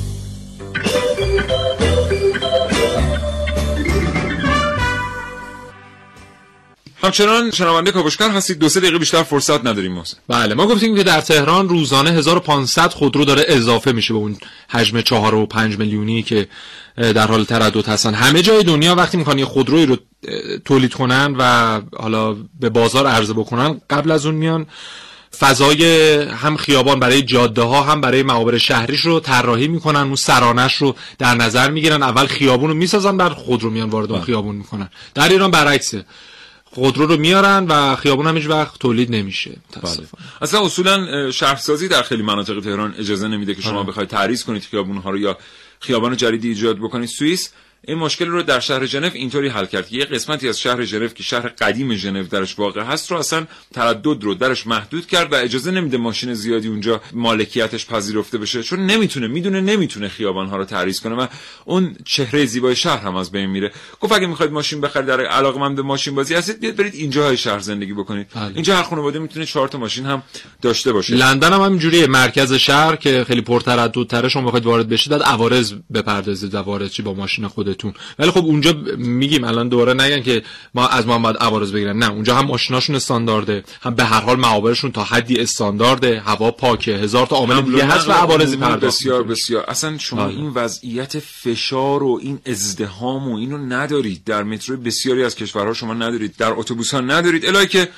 همچنان شنونده کاوشگر هستید. دو سه دقیقه بیشتر فرصت نداریم محسن. بله، ما گفتیم که در تهران روزانه هزار و پانصد خودرو داره اضافه میشه به اون حجم چهار و پنج میلیونی که در حال تردد هستن. همه جای دنیا وقتی میخوان یه خودرویی رو تولید کنن و حالا به بازار عرضه بکنن، قبل از اون میان فضای هم خیابان برای جاده ها هم برای معابر شهریش رو طراحی میکنن، اون سرانش رو در نظر میگیرن، اول خیابون رو میسازن بعد خودرو میان وارد اون خیابون میکنن. در ایران برعکسه، خودرو رو میارن و خیابون هم هیچ وقت تولید نمیشه. بله. اصلا اصولا شهرسازی در خیلی مناطق تهران اجازه نمیده که شما بخواید تعریض کنید خیابون ها رو یا خیابان جدیدی ایجاد بکنید. سوئیس این مشکل رو در شهر ژنو اینطوری حل کرد که یه قسمتی از شهر ژنو که شهر قدیم ژنو درش واقع هست رو اصلا تردد رو درش محدود کرد و اجازه نمیده ماشین زیادی اونجا مالکیتش پذیرفته بشه، چون نمیتونه میدونه نمیتونه خیابان ها رو تعریض کنه و اون چهره زیبای شهر هم از بین میره. گفت اگه میخواید ماشین بخرید، در علاقه‌مند به ماشین بازی هستید، بیاید برید اینجاهای شهر زندگی بکنید. بله. اینجا هر خانواده میتونه چهار تا ماشین هم داشته باشه. لندن هم همینجوریه، مرکز شهر که خیلی پرترددتره، شما بخواید وارد بشید بعد عوارض بپردازید و وارد چی با ماشین خودتون. ولی خب اونجا میگیم الان دوباره نگن که ما از ما باید عوارض بگیرن، نه، اونجا هم ماشیناشون استاندارده، هم به هر حال معابرشون تا حدی استاندارده، هوا پاکه، هزار تا عامل دیگه هست و عوارضی پرداخت. بسیار بسیار. اصلا شما آه. این وضعیت فشار و این ازدحام و اینو ندارید در مترو بسیاری از کشورها، شما ندارید در اتوبوس‌ها ندارید، الهی که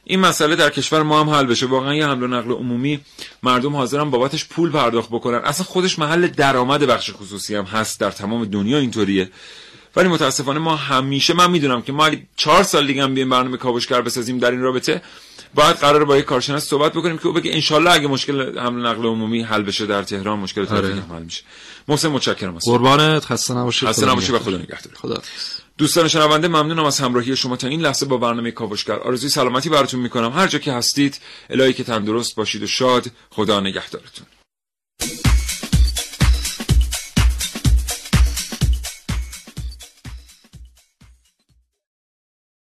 این مسئله در کشور ما هم حل بشه. واقعا یه حمل و نقل عمومی مردم حاضرن بابتش پول پرداخت بکنن، اصلا خودش محل درآمد بخش خصوصی هم هست، در تمام دنیا اینطوریه. ولی متاسفانه ما همیشه، من میدونم که ما اگه چهار سال دیگه هم بیایم برنامه کاوشگر بسازیم در این رابطه، باید قراره با یک کارشناس صحبت بکنیم که او بگه انشالله اگه مشکل حمل و نقل عمومی حل بشه در تهران، مشکل ترافیک حل میشه. محسن متشکرم از قربانت، خسته نباشید. خسته نباشید و خدا نگهدار. خدا. دوستان شنونده ممنونم از همراهی شما تا این لحظه با برنامه کاوشگر. آرزوی سلامتی براتون میکنم هر جا که هستید. الهی که تندرست باشید و شاد. خدا نگهدارتون.